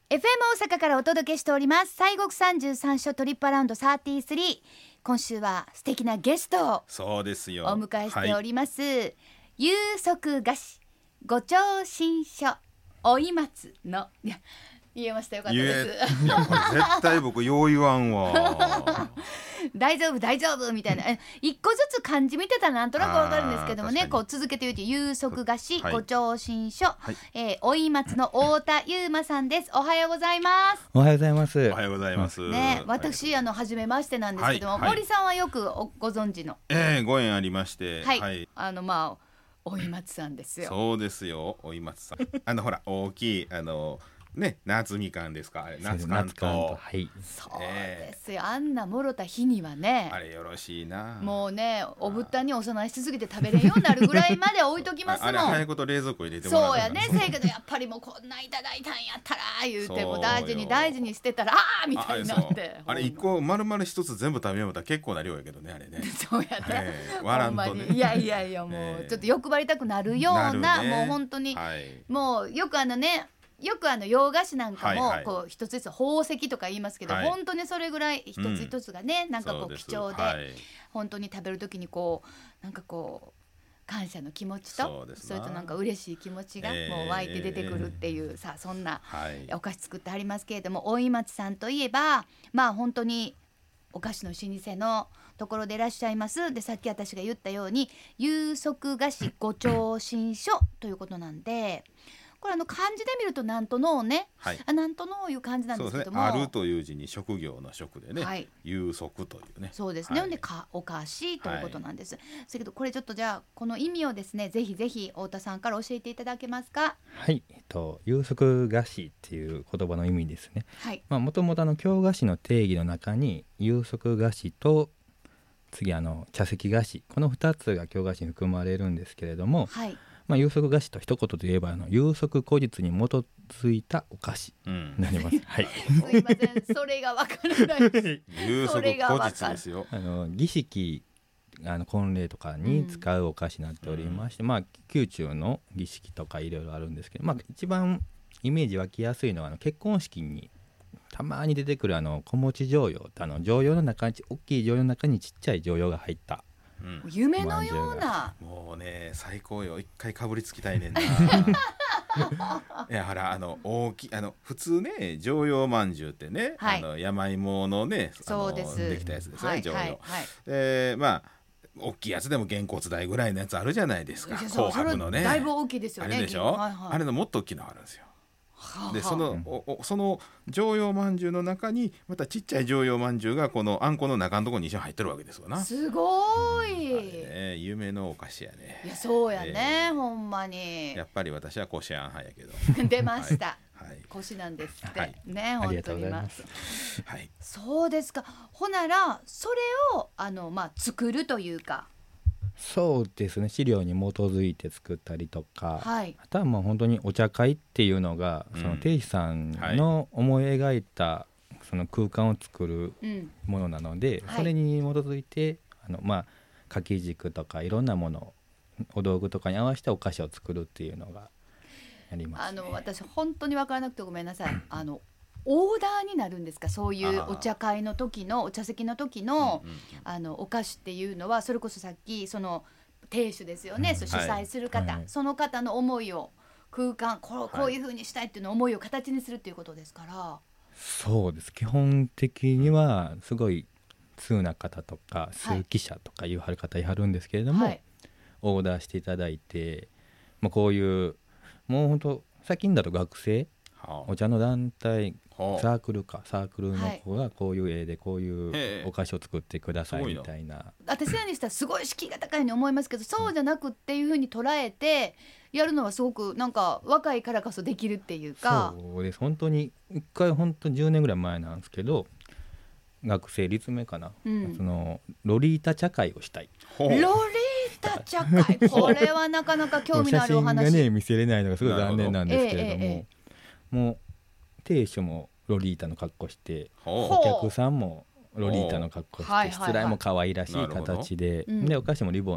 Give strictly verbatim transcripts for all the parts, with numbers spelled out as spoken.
エフエム 大阪からお届けしております西国三十三所トリップアラウンドさんじゅうさん。今週は素敵なゲストをそうですよお迎えしております、はい、有足菓子ご長新書おい松のいや言えました。よかったです。 いやこれ絶対僕よう言わんわ大丈夫大丈夫みたいな一個ずつ漢字見てたらなんとなくわかるんですけどもね、こう続けて言うと有足菓子、はい、ご長新書、はいえー、おい松の太田悠馬さんです。おはようございます。 おはようございます。 おはようございます、 ね、私あの初めましてなんですけども、はいはい、森さんはよくご存知の、 えー、ご縁ありまして、 はいはい、あのまあおい松さんですよ。 そうですよ、おい松さんあのほら大きいあのね、夏みかんですか、あれ夏かんと、 はい、そうですよ、えー、あんなもろた日にはね、 あれよろしいな。 もうねおぶったにお供えしすぎて食べれんようになるぐらいまで置いときますもん。 あ, あれ早いこと冷蔵庫入れてもらう。 そうやね、せやけどやっぱりもうこんないただいたんやったら言うても大事に大事にしてたらあーみたいになって、 あ, あれ一個丸々一つ全部食べようと結構な量やけどねあれねそうやね、 えー、笑んとね、 いやいやいやもう、えー、ちょっと欲張りたくなるよう な, な、ね、もう本当に、はい、もうよくあのねよくあの洋菓子なんかもこう一つずつ宝石とか言いますけど、はい、本当にそれぐらい一つ一つがね、うん、なんかこう貴重で、はい、本当に食べるときにこうなんかこう感謝の気持ちと そ, それとなんか嬉しい気持ちがもう湧いて出てくるっていう、えー、さそんなお菓子作ってありますけれども、はい、おい松さんといえばまあ本当にお菓子の老舗のところでいらっしゃいます。でさっき私が言ったように有足菓子ご長新書ということなんで、これあの漢字で見るとなんとのね、はい、あなんとのいう感じなんですけども、 そうですね、あるという字に職業の職でね、はい、有足というね、 そうですね、はい、でかお菓子ということなんです、はい、だけどこれちょっとじゃあこの意味をですねぜひぜひ太田さんから教えていただけますか。 はい、えっと、有足菓子っていう言葉の意味ですね。もともと京菓子の定義の中に有足菓子と次あの茶席菓子、このふたつが京菓子に含まれるんですけれども、はいまあ、有足菓子と一言で言えばあの有足古実に基づいたお菓子になります、うん、はい、 すいませんそれが分からないです有足古実ですよ。 あの儀式あの婚礼とかに使うお菓子になっておりまして、うん、まあ宮中の儀式とかいろいろあるんですけど、まあ、一番イメージ湧きやすいのはあの結婚式にたまに出てくるあの小餅状様、あの状様の中に大きい状様の中にちっちゃい状様が入ったうん、夢のような、 もうね最高よ、一回かぶりつきたいねんな。いやほらあの大きあの普通ね常用まんじゅうってね、はい、あの山芋のねそうですできたやつですね、常用、 はいはいはい、 でまあ大きいやつでもげんこつ大ぐらいのやつあるじゃないですか、紅白のねだいぶ大きいですよね、 あれでしょ、はいはい、あれのもっと大きいのあるんですよ。でその、おその常用まんじゅうの中にまたちっちゃい常用まんじゅうがこのあんこの中のところに一緒に入ってるわけですわな。 すごい、うんね、夢のお菓子やね。 いやそうやね、えー、ほんまにやっぱり私はこしあん派やけど出ました、 はいはい、 こしなんですって、はい、ね本当にありがとうございます、 はい、そうですか。ほならそれをあの、まあ、作るというか、 そうですね、資料に基づいて作ったりとか、はい、あとはもう本当にお茶会っていうのが、うん、その亭主さんの思い描いたその空間を作るものなので、うん、それに基づいて、はい、あのまあ掛け軸とかいろんなものお道具とかに合わせてお菓子を作るっていうのがあります、ね、 あの私本当に分からなくてごめんなさいあのオーダーになるんですか、そういうお茶会の時のお茶席の時の、うんうんうん、あのお菓子っていうのはそれこそさっきその亭主ですよね、うん、主催する方、はい、その方の思いを空間こう、こういう風にしたいっていうの思いを形にするっていうことですから。 そうです、基本的にはすごい通な方とか数記者とかいうはる方いはるんですけれども、はい、オーダーしていただいて、まあ、こういうもう本当最近だと学生お茶の団体サークルかサークルの子がこういう絵でこういうお菓子を作ってくださいみたいな、はい、 私らにしたらすごい敷居が高いように思いますけど、そうじゃなくっていう風に捉えてやるのはすごくなんか若いからこそできるっていうか。 そうです、本当に一回本当にじゅうねんぐらい前なんですけど、学生立命かな、うん、そのロリータ茶会をしたい。 ロリータ茶会これはなかなか興味のあるお話。 写真がね見せれないのがすごい残念なんですけれども、えーえー、もう亭主もロリータの格好して、お客さんもロリータの格好して、しつらいも可愛らしい形で、でお菓子もリボンの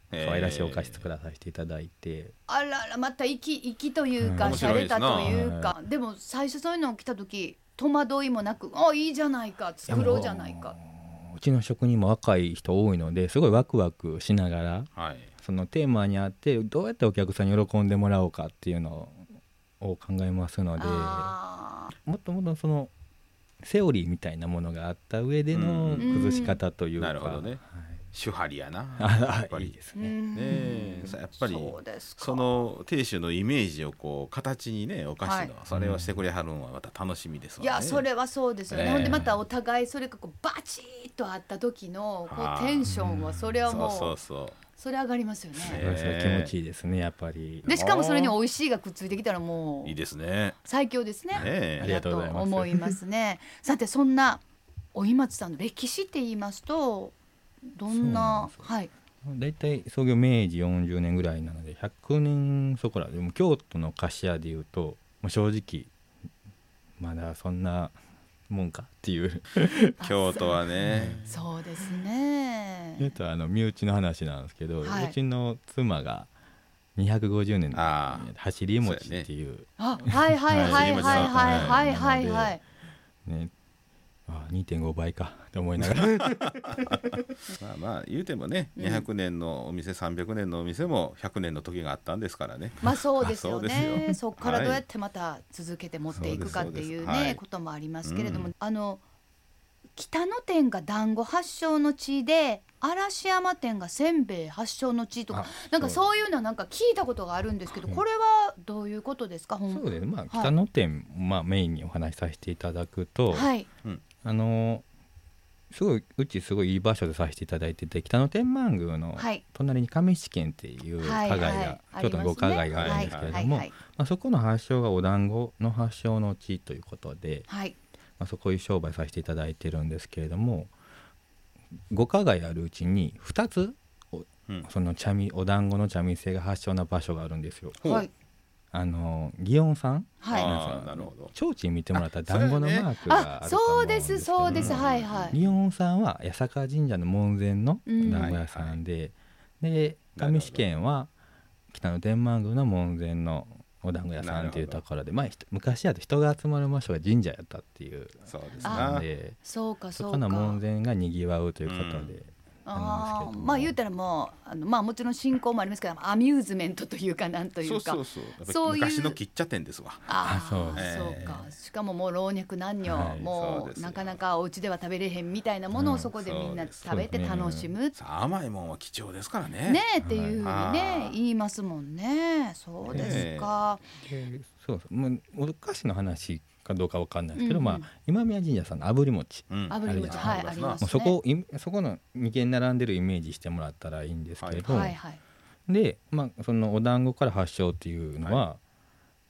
可愛らしいお菓子作らさせていただいて、 あららまた粋粋というか、洒落たというか、でも最初そういうの来た時戸惑いもなく、あいいじゃないか作ろうじゃないか。 うちの職人も若い人多いのですごいワクワクしながら、はい、そのテーマにあってどうやってお客さんに喜んでもらおうかっていうのを考えますので、もっともっとそのセオリーみたいなものがあった上での崩し方というか、 なるほどね、はい、手張りやなやっぱりいいですね。 ねやっぱり そ, その亭主のイメージをこう形にねお菓子の、はい、それをしてくれはるのはまた楽しみですわね。 いやそれはそうですよね、えー、ほんでまたお互いそれがこうバチッとあった時のこうテンションはそれはもう、そうそうそうそれ上がりますよね。 えー、気持ちいいですねやっぱり。 でしかもそれに美味しいがくっついてきたらもういいですね、 最強ですね。 ねありがとうございます。 思いますね。さてそんなおいまつさんの歴史って言いますとどんな、はい、 だいたい創業明治よんじゅうねんぐらいなのでひゃくねんそこらでも京都の菓子屋でいうともう正直まだそんなもんかっていう京都はね、 そうですね。 えっとあの身内の話なんですけど、はい、うちの妻がにひゃくごじゅうねんの走り餅っていう、 あ、はいはいはいはいはいはいはいはいね、あ にてんご 倍かと思いながらまあまあ言うてもね、うん、にひゃくねんのお店さんびゃくねんのお店もひゃくねんの時があったんですからね。 まあそうですよね。そこからどうやってまた続けて持っていくかっていうね、はい、こともありますけれども、うん、あの北野店が団子発祥の地で嵐山店がせんべい発祥の地とかなんかそういうのはなんか聞いたことがあるんですけど、これはどういうことですか？ そうですね、まあ、北野店、はい、まあ、メインにお話しさせていただくと、はい、あのすごいうちすごいいい場所でさせていただいてて、北野天満宮の隣に上七軒っていう花街が、はいはい、京都の五花街があるんですけれども、そこの発祥がお団子の発祥の地ということで、はい、まあ、そこいう商売させていただいてるんですけれども、五花街あるうちにふたつお、うん、その茶味お団子の茶店が発祥な場所があるんですよ。はい、あの祇園さん、 はい、あなるほど、 提灯見てもらったら団子のマークがあると思うんですけど、 そうですそうです、はいはい。 祇園さんは八坂神社の門前の団子屋さんで、うん、で上四軒は北野天満宮の門前のお団子屋さんっていうところで、まあ、昔だと人が集まる場所が神社やったっていうそうですなんで、 そうかそうか、 そこの門前がにぎわうということで、うん、 あまあ言うたらもうあの、まあ、もちろん信仰もありますけどアミューズメントというかなんというか、 そうそうそう、そういう昔の喫茶店ですわ。 ああそう、えー、そうか。しかももう老若男女、はい、もうなかなかお家では食べれへんみたいなものをそこでみんな食べて楽しむ、うん、 甘いもんは貴重ですからねねえっていうふうにね、はい、言いますもんね。そうですか、 えー、そうそう、もうお菓子の話かどうかわかんないですけど、うんうん、まあ、今宮神社さんの炙り餅、うん、 炙り餅、はい、ありますね。 そこそこのに軒並んでるイメージしてもらったらいいんですけど、はいはい、で、まあ、そのお団子から発祥っていうのは、はい、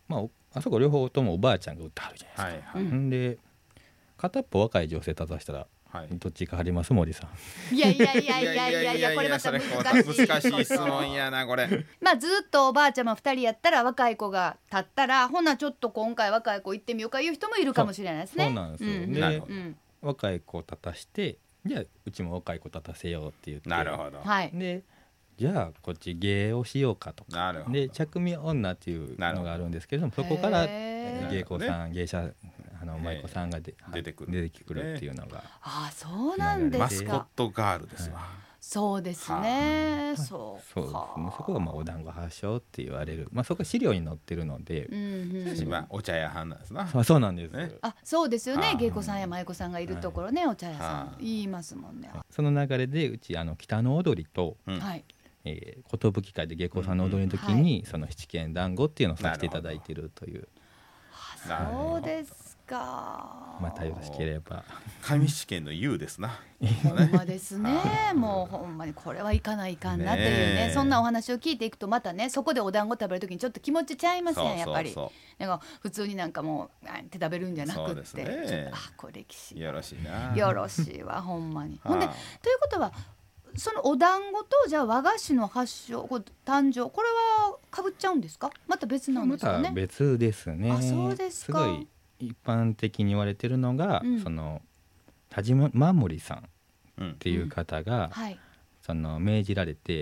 まあ、あそこ両方ともおばあちゃんが売ってはるじゃないですか、はいはい、で片っぽ若い女性立たしたらはい、どっちかあります森さん。 いやいやいやいやいやいやこれまた難しい難しい質問やなこれ。 まあずっとおばあちゃまふたりやったら若い子が立ったらほなちょっと今回若い子行ってみようかいう人もいるかもしれないですね。 そうなんですよ、うん、で、うん、若い子立たしてじゃあうちも若い子立たせようって言って、 なるほど、 でじゃあこっち芸をしようかとか、で茶組み女っていうのがあるんですけれども、そこから芸妓さん、芸者あの舞妓さんがで出てくる出てくるっていうのが、 ああそうなんですか。 マスコットガールですわ、はい、 そうですね、 はあ、 そうそうですね、そこがまあお団子発祥って言われる、まあ、そこ資料に載ってるので、 うんうんうん、お茶屋はんなんですな。 そう、そうなんです、ね、 あそうですよね、芸妓さんや舞妓さんがいるところね、はい、お茶屋さん言いますもんね。 その流れでうちあの北の踊りと、うん、えー、寿会で芸妓さんの踊りの時に、うんうん、その七軒団子っていうのをさせていただいているという。 そうですか。 またよろしければ。 上七軒の優ですな。 ほんまですね。もうほんまにこれはいかないかんなというね。そんなお話を聞いていくとまたね、そこでお団子食べるときにちょっと気持ちちゃいますね、やっぱり。そうそうそう、なんか普通になんかもうって食べるんじゃなくって、ね、あこれ歴史よろしいな。 よろしいわほんまに。ほんでということは。そのお団子とじゃあ和菓子の発祥こ誕生これはかぶっちゃうんですか？また別なんですかね。 また別ですね。 あそうですか。 すごい一般的に言われてるのが、うん、その田島守さんっていう方が、うんうん、はい、その命じられて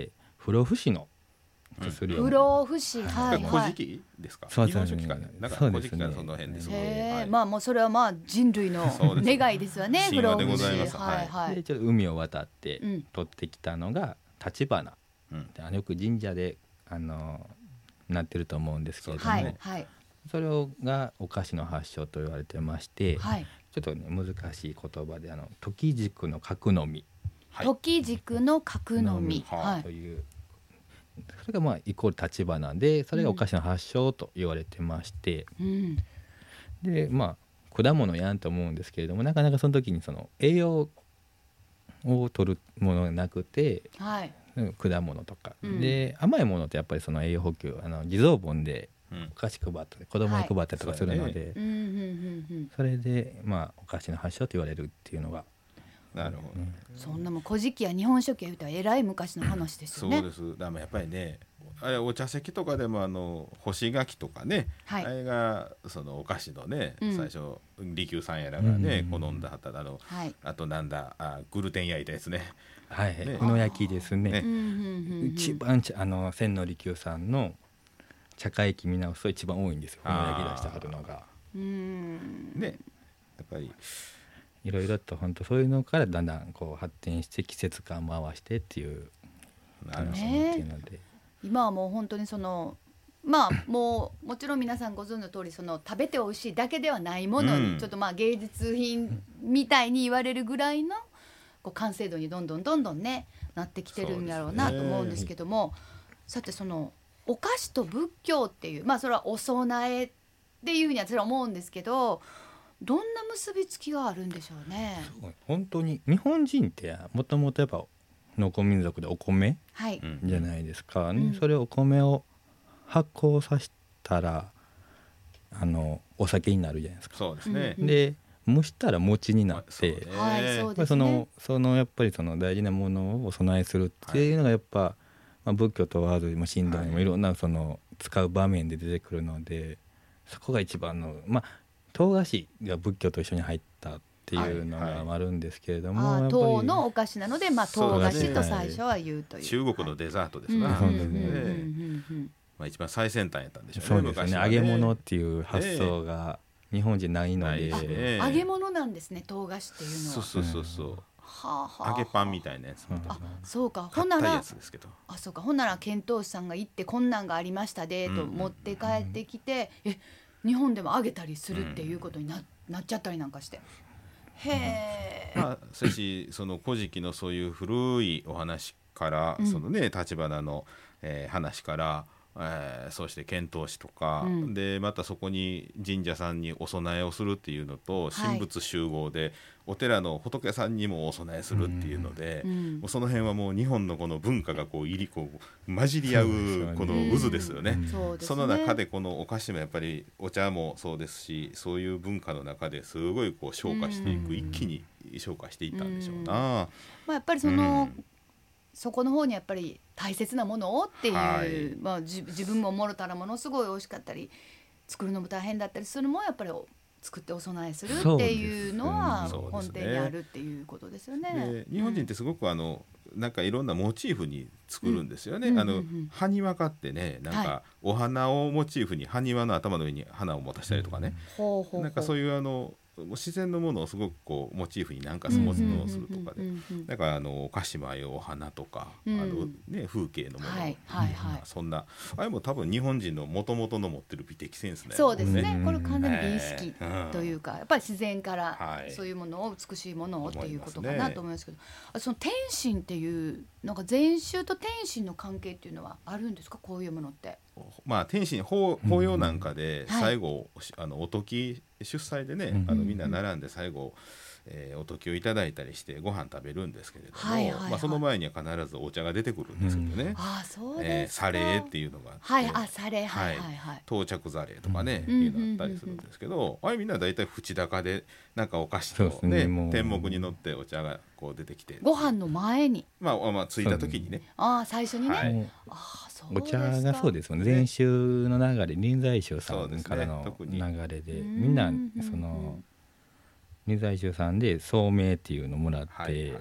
不老不死の薬を、不老不死、はい、 古事記ですか。 そう日本書紀かね。なんか古事記からその辺ですごい。 へえ、まあもうそれはまあ人類の願いですよね。 神話でございます。 はいはい。 でちょっと海を渡って取ってきたのが橘、うん、あのよく神社であのなってると思うんですけれども、はいはい、それがお菓子の発祥と言われてまして、はい、ちょっとね難しい言葉であの時軸の角の実、 はい、時軸の角の実、 はい、という。それがまあイコール立花で、それがお菓子の発祥と言われてまして、うん、でまあ果物やんと思うんですけれども、なかなかその時にその栄養を取るものがなくて、はい、果物とか、うん、で甘いものってやっぱりその栄養補給、あの地蔵盆でお菓子配ったり、子供に配ったりとかするので、それでまあお菓子の発祥と言われるっていうのが。 なるほど、うん、 そんなもん古事記や日本書紀や言うたらえらい昔の話ですよね。 そうです。だからやっぱりね、あれお茶席とかでもあの干し柿とかね、はい、あれがそのお菓子のね、うん、最初利休さんやらがね、うん、好んだはったあの、はい、あとなんだあグルテン焼いたやつね、 はい、ね、うの焼きですね。ね、一番あの千利休さんの茶会期見直すと一番多いんですよ、うの焼き出してはるのが。 うんね、やっぱりいろいろと本当そういうのからだんだんこう発展して季節感回してっていう楽しみっていうので、 今はもう本当にそのまあもうもちろん皆さんご存知の通り、その食べて美味しいだけではないものに、うん、ちょっとまあ芸術品みたいに言われるぐらいのこう完成度にどんどんどんどんねなってきてるんやろうなと思うんですけども、さてそのお菓子と仏教っていう、まあそれはお供えっていうふうに私は思うんですけど、どんな結びつきがあるんでしょうね。 本当に日本人ってもともとやっぱ農耕民族でお米じゃないですか、はい、ね、うん、それをお米を発酵させたらあのお酒になるじゃないですか。 そうですね。 で蒸したら餅になって、はい、そうですね、そのそのやっぱりその大事なものをお供えするっていうのがやっぱ、はい、まあ、仏教問わず神道にもいろんなその使う場面で出てくるので、そこが一番のまあ唐菓子が仏教と一緒に入ったっていうのがあるんですけれども、 はいはい、唐のお菓子なので、まあ、唐菓子と最初は言うという、 中国のデザートですな、そうですね、まあ、一番最先端やったんでしょうね。 そうですね、ね、揚げ物っていう発想が日本人ないので、 えー、揚げ物なんですね、唐菓子っていうのは。 そうそうそうそう、はあはあ、揚げパンみたいなやつ、うん、 あ、そうか、ほんならあ、そうか、ほんなら遣唐使さんが行ってこんなんがありましたでと持って帰ってきて、うん、え日本でも揚げたりするっていうことに な,、うん、なっちゃったりなんかして、へえ、 まあしかしその古事記のそういう古いお話から、うん、そのね橘の、えー、話から、えー、そして遣唐使とか、うん、でまたそこに神社さんにお供えをするっていうのと、神仏集合でお寺の仏さんにもお供えするっていうので、うん、もうその辺はもう日本のこの文化がこう入りこう混じり合うこの渦ですよね。うん、その中でこのお菓子もやっぱりお茶もそうですし、そういう文化の中ですごいこう昇華していく、うん、一気に昇華していったんでしょうな。うん、まあ、やっぱりその、うん、そこの方にやっぱり大切なものをっていう、はい、まあ、自, 自分ももろたらものすごい美味しかったり作るのも大変だったりするのもやっぱり作ってお供えするっていうのは根底にあるっていうことですよね。 で日本人ってすごくあのなんかいろんなモチーフに作るんですよね。うん、あの埴輪かってね、なんかお花をモチーフに埴輪の頭の上に花を持たせたりとかね、うん、なんかそういうあの自然のものをすごくこうモチーフに何か持つのをするとかで、だからあのお菓子もああいうお花とか、うん、あのね、風景のもの、はいはいはい、そんなあれも多分日本人の元々の持ってる美的センスね。 そうですね、これ完全に美意識というか、やっぱり自然からそういうものを美しいものをっていうことかなと思いますけど、はい、その天心っていうなんか禅宗と天心の関係っていうのはあるんですか、こういうものって。 まあ、天神 法, 法要なんかで最後、うん、はい、あのおとき出祭でね、うん、あのみんな並んで最後、えー、おときをいただいたりしてご飯食べるんですけれども、はいはいはい、まあ、その前には必ずお茶が出てくるんですけどね、うん、 あ、そうですか、 えー、茶礼っていうのがあって、 はい、あ、茶礼、はいはいはい、 到着茶礼とかね、うん、いうのあったりするんですけど、うんうんうんうん、あれみんな大体淵高でなんかお菓子と、ね、ね、天目に乗ってお茶がこう出てきて、 ご飯の前に、 まあまあ、着いた時にね、 あ、最初にね、はい、 あ、お茶がそうですよね、禅宗の流れ、臨済宗さんからの流れで、みんなその臨済宗さんで聡明っていうのをもらって、はいはい、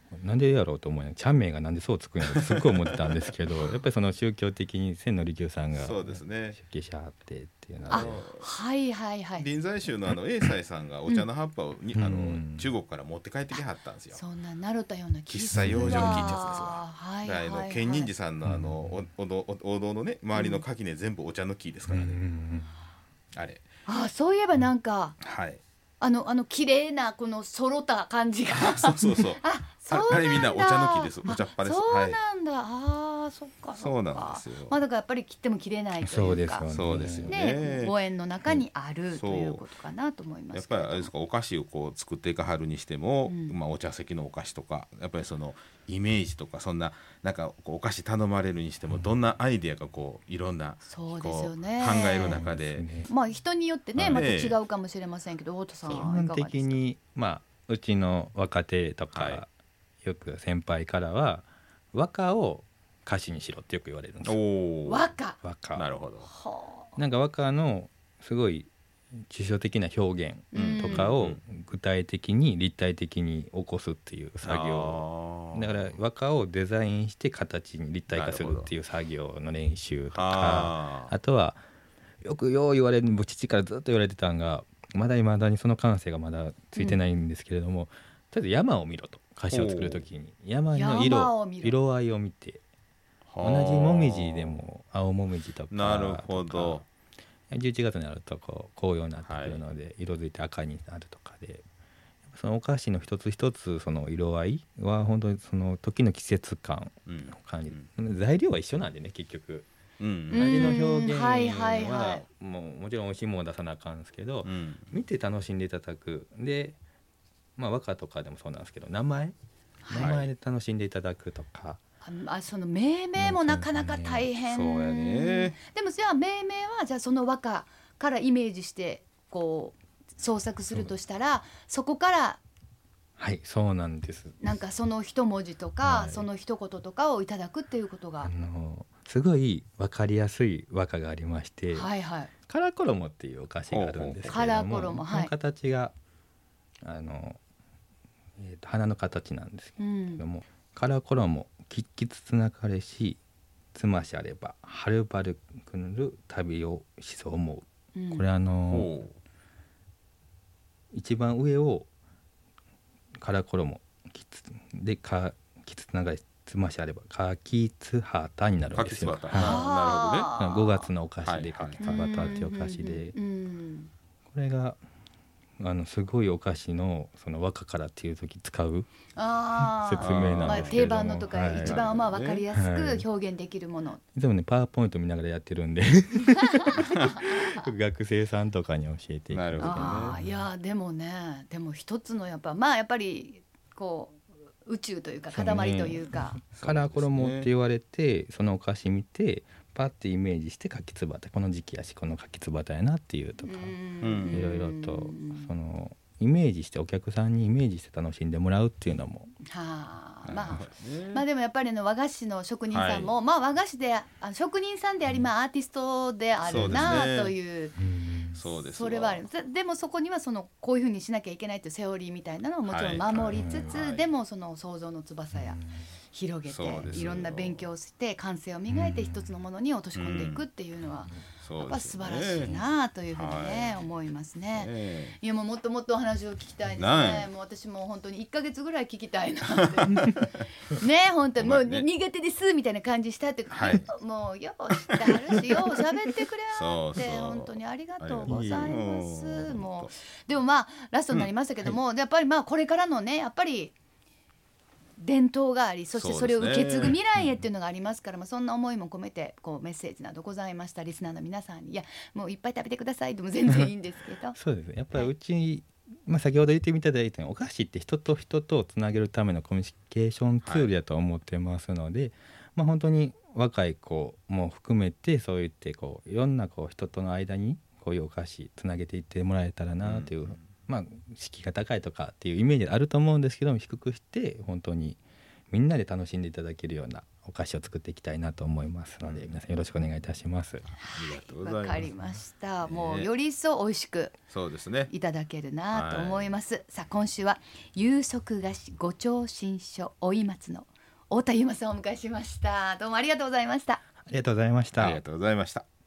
なんでやろうと思うよ、ちゃんめいがなんでそうつくんやろってすっごい思ってたんですけどやっぱりその宗教的に千利休さんがそうですね出家しはってっていうので、 はいはいはい、 臨済宗のあの栄西さんがお茶の葉っぱをに、うん、あの中国から持って帰ってきはったんですよ。 そんななるたような喫茶養生記ってやつですわ。はいはいはい、建仁寺さんのあの、うん、おおお堂のね周りの垣根全部お茶の木ですからね、うん、あれあそういえばなんか、 うん、はいあのあの綺麗なこのそろった感じがそうそうそうあそうなんだ、 あれみんなお茶の木です、お茶っ葉です。 そうなんだ、はい、ああそっかそうなんですよ。 まあだからやっぱり切っても切れないというか、 そうですよね、 そうですよね、 ね、ご縁の中にある、うん、ということかなと思いますけど、 やっぱりあれですか、お菓子をこう作っていかはるにしても、うん、まあ、お茶席のお菓子とかやっぱりそのイメージとかそんななんかこうお菓子頼まれるにしてもどんなアイデアがこういろんなそうですよね、 考える中で、 ね、まあ人によってねまた違うかもしれませんけど、太田さんはいかがですか。 基本的にまあうちの若手とか、はい、よく先輩からは和歌を歌詞にしろってよく言われるんですよ。 お和歌和歌なるほど。 なんか和歌のすごい抽象的な表現とかを具体的に立体的に起こすっていう作業だから和歌をデザインして形に立体化するっていう作業の練習とか あ, あとはよくよう言われる父からずっと言われてたのがまだいまだにその感性がまだついてないんですけれども、うん、とりあえず山を見ろと歌詞を作るときに山の 色, 色合いを見て同じもみじでも青もみじとかなるほどじゅういちがつになるとこう紅葉になってくるので、はい、色づいて赤になるとかでそのお菓子の一つ一つその色合いは本当にその時の季節感の感じ、うん、材料は一緒なんでね結局、うん、味の表現はもうもちろん美味しいものを出さなあかんですけど、うん、見て楽しんでいただくで、まあ、和歌とかでもそうなんですけど名前名前で楽しんでいただくとか、 はい、あその命名もなかなか大変、 うん、そうやね。 でもじゃあ命名はじゃあその和歌からイメージしてこう創作するとしたら そ, そこからはいそうなんです。 なんかその一文字とか、はい、その一言とかをいただくっていうことがあのすごい分かりやすい和歌がありまして、 はいはい、 カラコロモっていうお菓子があるんですけれども、カラコロモ、はい、その形があの、えー、と花の形なんですけども、うん、カラコロモきっきつつなかれしつましあればはるばるくぬる旅をしそう思う、うん、これあの一番上をカラコロモきつでかきつつながれつましあればかきつはたになるんですよ。 かきつはた、なるほどね。 ごがつのお菓子でかきつはたっていうお菓子で、これがあのすごいお菓子のその和歌からっていう時使うあ説明なんですけれども、 まあ、定番のとか、はい、一番まあ分かりやすく表現できるもの、はい、 でもねパワーポイント見ながらやってるんで学生さんとかに教えていく。 なるほどね。 あいやでもねでも一つのやっぱまあやっぱりこう宇宙というか塊というか、 ね、カラコロモって言われてそのお菓子見てパッてイメージして柿つばたこの時期やしこの柿つばたやなっていうとかいろいろとそのイメージしてお客さんにイメージして楽しんでもらうっていうのも、 はあ、まあ、まあでもやっぱりの和菓子の職人さんも、はい、まあ和菓子であ職人さんであり、まあ、アーティストであるなという、 そうですね、 それはある。でもそこにはそのこういうふうにしなきゃいけないというセオリーみたいなのをもちろん守りつつ、はいはい、でもその想像の翼や広げていろんな勉強して感性を磨いて一つのものに落とし込んでいくっていうのは、うん、やっぱ素晴らしいなというふうにね、はい、思いますね、ね。いやもうもっともっとお話を聞きたいですね。もう私も本当にいっかげつぐらい聞きたいなってね本当にもう苦手ですみたいな感じしたって、はい、もうよう知ってはるしよう喋ってくれはって本当にありがとうございます。もうでもまあラストになりましたけども、うんはい、やっぱりまあこれからのねやっぱり伝統がありそしてそれを受け継ぐ未来へっていうのがありますから、ね、まあ、そんな思いも込めてこうメッセージなどございましたリスナーの皆さんにいやもういっぱい食べてくださいでも全然いいんですけどそうですねやっぱりうち、はい、まあ、先ほど言ってみただいたようにお菓子って人と人とをつなげるためのコミュニケーションツールだと思ってますので、はい、まあ、本当に若い子も含めてそういってこういろんなこう人との間にこういうお菓子つなげていってもらえたらなという、うん、まあ敷居が高いとかっていうイメージあると思うんですけども低くして本当にみんなで楽しんでいただけるようなお菓子を作っていきたいなと思いますので、皆さんよろしくお願いいたします。ありがとうございます。 わかりました。もうより一層美味しくそうですねいただけるなと思います。はい、さあ今週は有職菓子五丁新書おい松の太田悠馬さんをお迎えしました。どうもありがとうございました。 ありがとうございました。 ありがとうございました。